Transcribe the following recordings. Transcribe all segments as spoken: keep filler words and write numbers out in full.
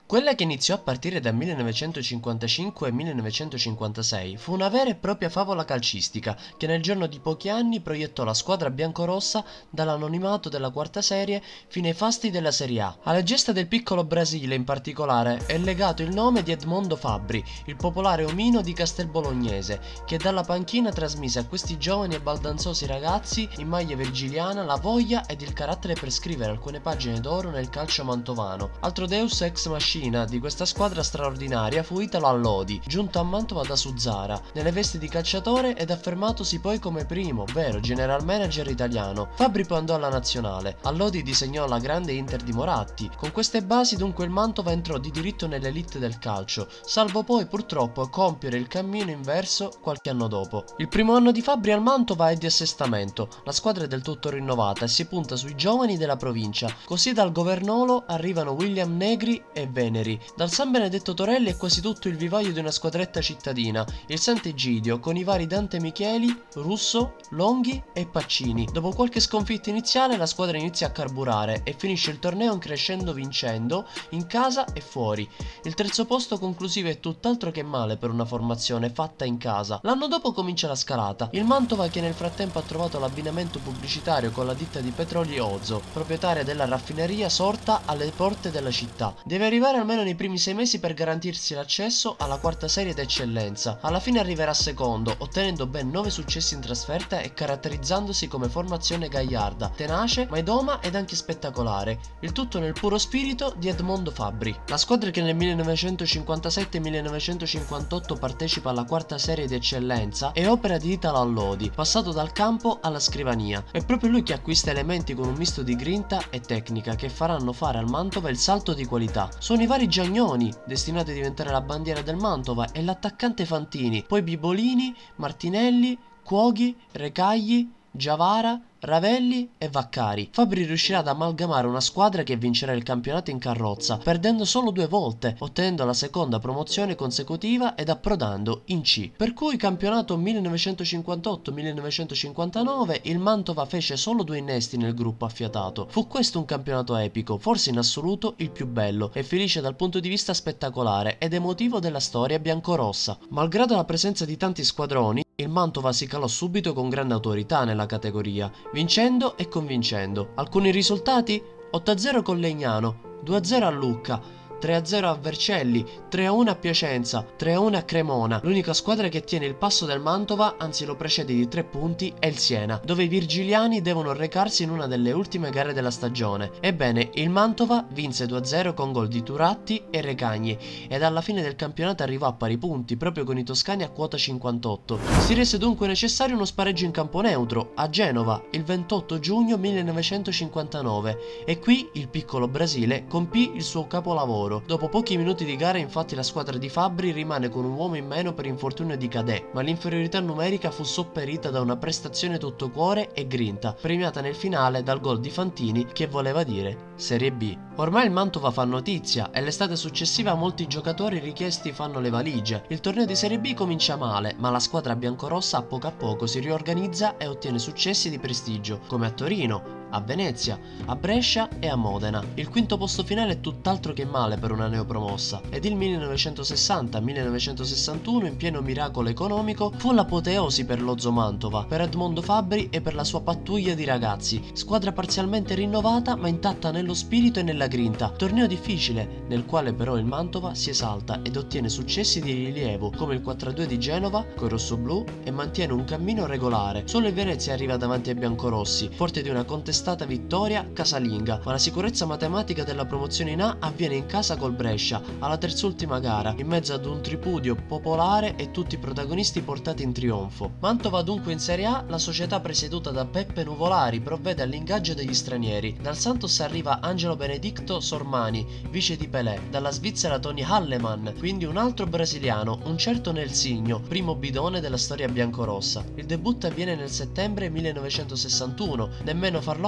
Quella che iniziò a partire dal millenovecentocinquantacinque e millenovecentocinquantasei fu una vera e propria favola calcistica che nel giorno di pochi anni proiettò la squadra biancorossa dall'anonimato della quarta serie fino ai fasti della Serie A. Alla gesta del piccolo Brasile in particolare è legato il nome di Edmondo Fabbri, il popolare omino di Castelbolognese, che dalla panchina trasmise a questi giovani e baldanzosi ragazzi in maglia virgiliana la voglia ed il carattere per scrivere alcune pagine d'oro nel calcio mantovano. Altro deus ex machina di questa squadra straordinaria fu Italo Allodi, giunto a Mantova da Suzzara, nelle vesti di calciatore ed affermatosi poi come primo, ovvero general manager italiano. Fabbri poi andò alla nazionale. Allodi disegnò la grande Inter di Moratti. Con queste basi dunque il Mantova entrò di diritto nell'elite del calcio, salvo poi purtroppo compiere il cammino inverso qualche anno dopo. Il primo anno di Fabbri al Mantova è di assestamento, la squadra è del tutto rinnovata e si punta sui giovani della provincia, così dal Governolo arrivano William Negri e Veneri. Dal San Benedetto Torelli è quasi tutto il vivaio di una squadretta cittadina, il Sant'Egidio, con i vari Dante Micheli, Russo, Longhi e Paccini. Dopo qualche sconfitta iniziale la squadra inizia a carburare e finisce il torneo crescendo vincendo in casa e fuori. Il terzo posto conclusivo è tutt'altro che male per una formazione fatta in casa. L'anno dopo comincia la scalata. Il Mantova, che nel frattempo ha trovato l'abbinamento pubblicitario con la ditta di petroli Ozo, proprietaria della raffineria sorta alle porte della città, deve arrivare almeno nei primi sei mesi per garantirsi l'accesso alla quarta serie d'eccellenza. Alla fine arriverà secondo, ottenendo ben nove successi in trasferta e caratterizzandosi come formazione gagliarda, tenace, maidoma ed anche spettacolare, il tutto nel puro spirito di Edmondo Fabbri. La squadra che nel millenovecentocinquantasette millenovecentocinquantotto partecipa alla quarta serie d'eccellenza è opera di Italo Allodi, passato dal campo alla scrivania. È proprio lui che acquista elementi con un misto di grinta e tecnica che faranno fare al Mantova il salto di qualità. Sono i vari Giagnoni, destinati a diventare la bandiera del Mantova, e l'attaccante Fantini, poi Bibolini, Martinelli, Cuoghi, Recagli, Giavara, Ravelli e Vaccari. Fabbri riuscirà ad amalgamare una squadra che vincerà il campionato in carrozza, perdendo solo due volte, ottenendo la seconda promozione consecutiva ed approdando in C. Per cui campionato millenovecentocinquantotto millenovecentocinquantanove il Mantova fece solo due innesti nel gruppo affiatato. Fu questo un campionato epico, forse in assoluto il più bello e felice dal punto di vista spettacolare ed emotivo della storia biancorossa. Malgrado la presenza di tanti squadroni, il Mantova si calò subito con grande autorità nella categoria, vincendo e convincendo. Alcuni risultati? otto a zero con Legnano, due a zero a Lucca, tre a zero a Vercelli, tre a uno a Piacenza, tre a uno a Cremona. L'unica squadra che tiene il passo del Mantova, anzi lo precede di tre punti, è il Siena, dove i virgiliani devono recarsi in una delle ultime gare della stagione. Ebbene, il Mantova vinse due a zero con gol di Turatti e Recagni ed alla fine del campionato arrivò a pari punti proprio con i toscani a quota cinquantotto. Si rese dunque necessario uno spareggio in campo neutro a Genova il ventotto giugno millenovecentocinquantanove e qui il piccolo Brasile compì il suo capolavoro. Dopo pochi minuti di gara infatti la squadra di Fabbri rimane con un uomo in meno per infortunio di Cadè, ma l'inferiorità numerica fu sopperita da una prestazione tutto cuore e grinta, premiata nel finale dal gol di Fantini che voleva dire Serie B. Ormai il Mantova fa notizia e l'estate successiva molti giocatori richiesti fanno le valigie. Il torneo di Serie B comincia male, ma la squadra biancorossa a poco a poco si riorganizza e ottiene successi di prestigio, come a Torino, a Venezia, a Brescia e a Modena. Il quinto posto finale è tutt'altro che male per una neopromossa ed il millenovecentosessanta millenovecentosessantuno, in pieno miracolo economico, fu l'apoteosi per l'Ozo Mantova, per Edmondo Fabbri e per la sua pattuglia di ragazzi. Squadra parzialmente rinnovata ma intatta nello spirito e nella grinta. Torneo difficile nel quale però il Mantova si esalta ed ottiene successi di rilievo come il quattro a due di Genova coi rossoblù e mantiene un cammino regolare. Solo il Venezia arriva davanti ai biancorossi, forte di una contestata vittoria casalinga, ma la sicurezza matematica della promozione in A avviene in casa col Brescia alla terzultima gara, in mezzo ad un tripudio popolare e tutti i protagonisti portati in trionfo. Mantova dunque in Serie A, la società presieduta da Beppe Nuvolari provvede all'ingaggio degli stranieri. Dal Santos arriva Angelo Benedicto Sormani, vice di Pelé, dalla Svizzera Tony Halleman, quindi un altro brasiliano, un certo Nelsinho, primo bidone della storia biancorossa. Il debutto avviene nel settembre millenovecentosessantuno, nemmeno farlocco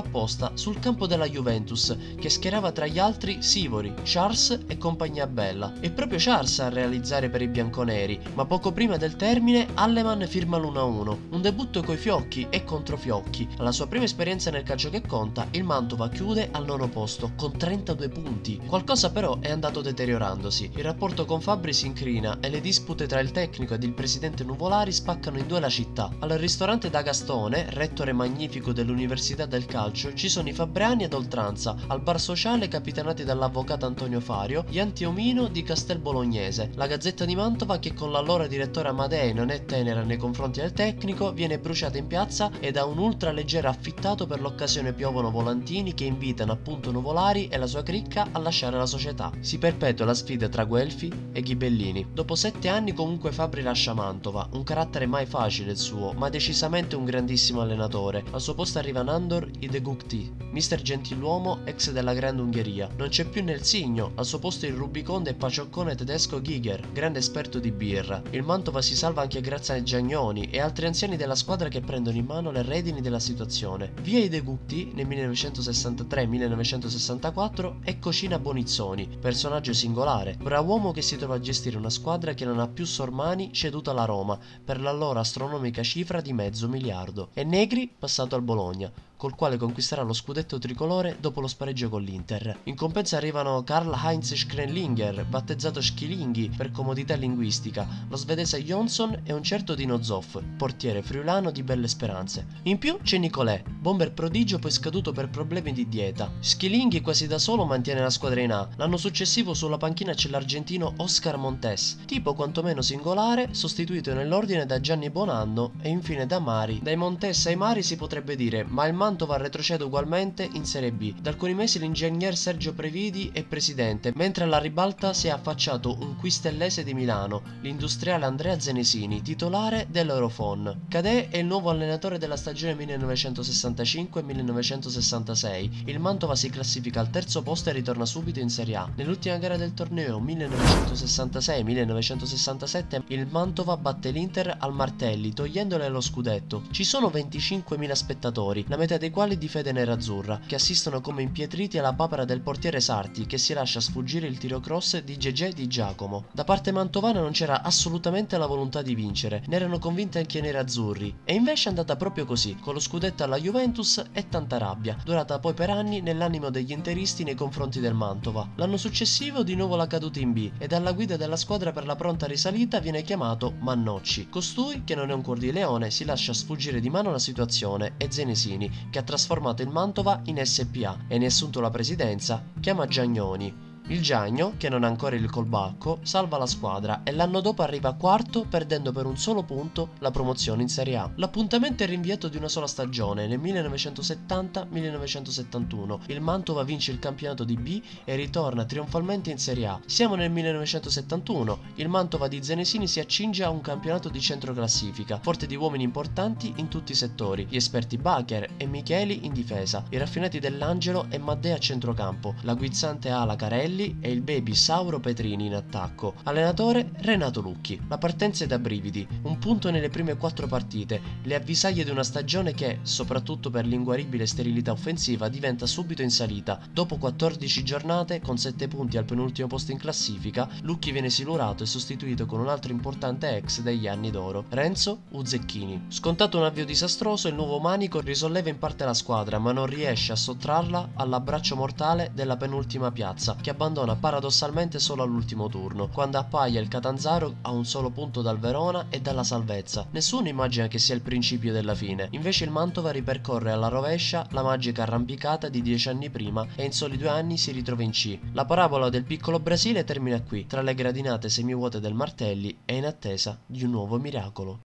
apposta sul campo della Juventus, che schierava tra gli altri Sivori, Charles e compagnia bella. È proprio Charles a realizzare per i bianconeri, ma poco prima del termine Alleman firma l'uno a uno, un debutto coi fiocchi e contro fiocchi. Alla sua prima esperienza nel calcio che conta, il Mantova chiude al nono posto con trentadue punti. Qualcosa però è andato deteriorandosi. Il rapporto con Fabbri si incrina e le dispute tra il tecnico ed il presidente Nuvolari spaccano in due la città. Al ristorante da Gastone, rettore magnifico dell'Università del Calcio, ci sono i Fabriani ad oltranza. Al bar sociale, capitanati dall'avvocato Antonio Fario, gli anti-omino di Castel Bolognese. La Gazzetta di Mantova, che con l'allora direttore Amadei non è tenera nei confronti del tecnico, viene bruciata in piazza e da un ultra leggero affittato. Per l'occasione piovono volantini che invitano appunto Nuvolari e la sua cricca a lasciare la società. Si perpetua la sfida tra Guelfi e Ghibellini. Dopo sette anni comunque Fabbri lascia Mantova, un carattere mai facile il suo, ma decisamente un grandissimo allenatore. Al suo posto arriva Nandor Idegukti, mister gentiluomo ex della Grande Ungheria. Non c'è più Nelsigno, al suo posto il rubiconde e pacioccone tedesco Giger, grande esperto di birra. Il Mantova si salva anche grazie a Giagnoni e altri anziani della squadra che prendono in mano le redini della situazione. Via Idegukti nel millenovecentosessantatré millenovecentosessantaquattro è Cocina Bonizzoni, personaggio singolare, brav'uomo che si trova a gestire una squadra che non ha più Sormani, ceduta alla Roma per l'allora astronomica cifra di mezzo miliardo, e Negri passato al Bologna, col quale conquisterà lo scudetto tricolore dopo lo spareggio con l'Inter. In compenso arrivano Karl-Heinz Schrenlinger, battezzato Schilinghi per comodità linguistica, lo svedese Jonsson e un certo Dino Zoff, portiere friulano di belle speranze. In più c'è Nicolè, bomber prodigio poi scaduto per problemi di dieta. Schilinghi quasi da solo mantiene la squadra in A. L'anno successivo sulla panchina c'è l'argentino Oscar Montes, tipo quantomeno singolare, sostituito nell'ordine da Gianni Bonanno e infine da Mari. Dai Montes ai Mari si potrebbe dire, ma il Mantova retrocede ugualmente in Serie B. Da alcuni mesi l'ingegner Sergio Previdi è presidente, mentre alla ribalta si è affacciato un quistellese di Milano, l'industriale Andrea Zenesini, titolare dell'Eurofon. Cadè è il nuovo allenatore della stagione millenovecentosessantacinque millenovecentosessantasei. Il Mantova si classifica al terzo posto e ritorna subito in Serie A. Nell'ultima gara del torneo millenovecentosessantasei millenovecentosessantasette il Mantova batte l'Inter al Martelli, togliendole lo scudetto. Ci sono venticinquemila spettatori, la metà dei quali di fede nerazzurra, che assistono come impietriti alla papera del portiere Sarti, che si lascia sfuggire il tiro cross di Gegè Di Giacomo. Da parte mantovana non c'era assolutamente la volontà di vincere, ne erano convinti anche i nerazzurri, e invece è andata proprio così, con lo scudetto alla Juventus e tanta rabbia, durata poi per anni nell'animo degli interisti nei confronti del Mantova. L'anno successivo di nuovo la caduta in B, e dalla guida della squadra per la pronta risalita viene chiamato Mannocci. Costui, che non è un cuor di leone, si lascia sfuggire di mano la situazione e Zenesini, che ha trasformato il Mantova in S P A e ne ha assunto la presidenza, chiama Giagnoni. Il Giagno, che non ha ancora il colbacco, salva la squadra e l'anno dopo arriva quarto, perdendo per un solo punto la promozione in Serie A. L'appuntamento è rinviato di una sola stagione, nel millenovecentosettanta millenovecentosettantuno. Il Mantova vince il campionato di B e ritorna trionfalmente in Serie A. Siamo nel millenovecentosettantuno, il Mantova di Zenesini si accinge a un campionato di centroclassifica, forte di uomini importanti in tutti i settori, gli esperti Bacher e Micheli in difesa, i raffinati dell'Angelo e Maddea a centrocampo, la guizzante ala Carelli e il baby Sauro Petrini in attacco. Allenatore Renato Lucchi. La partenza è da brividi, un punto nelle prime quattro partite, le avvisaglie di una stagione che, soprattutto per l'inguaribile sterilità offensiva, diventa subito in salita. Dopo quattordici giornate, con sette punti al penultimo posto in classifica, Lucchi viene silurato e sostituito con un altro importante ex degli anni d'oro, Renzo Uzzecchini. Scontato un avvio disastroso, il nuovo manico risolleva in parte la squadra, ma non riesce a sottrarla all'abbraccio mortale della penultima piazza, che abbandona paradossalmente solo all'ultimo turno, quando appaia il Catanzaro a un solo punto dal Verona e dalla salvezza. Nessuno immagina che sia il principio della fine, invece il Mantova ripercorre alla rovescia la magica arrampicata di dieci anni prima e in soli due anni si ritrova in C. La parabola del piccolo Brasile termina qui, tra le gradinate semivuote del Martelli e in attesa di un nuovo miracolo.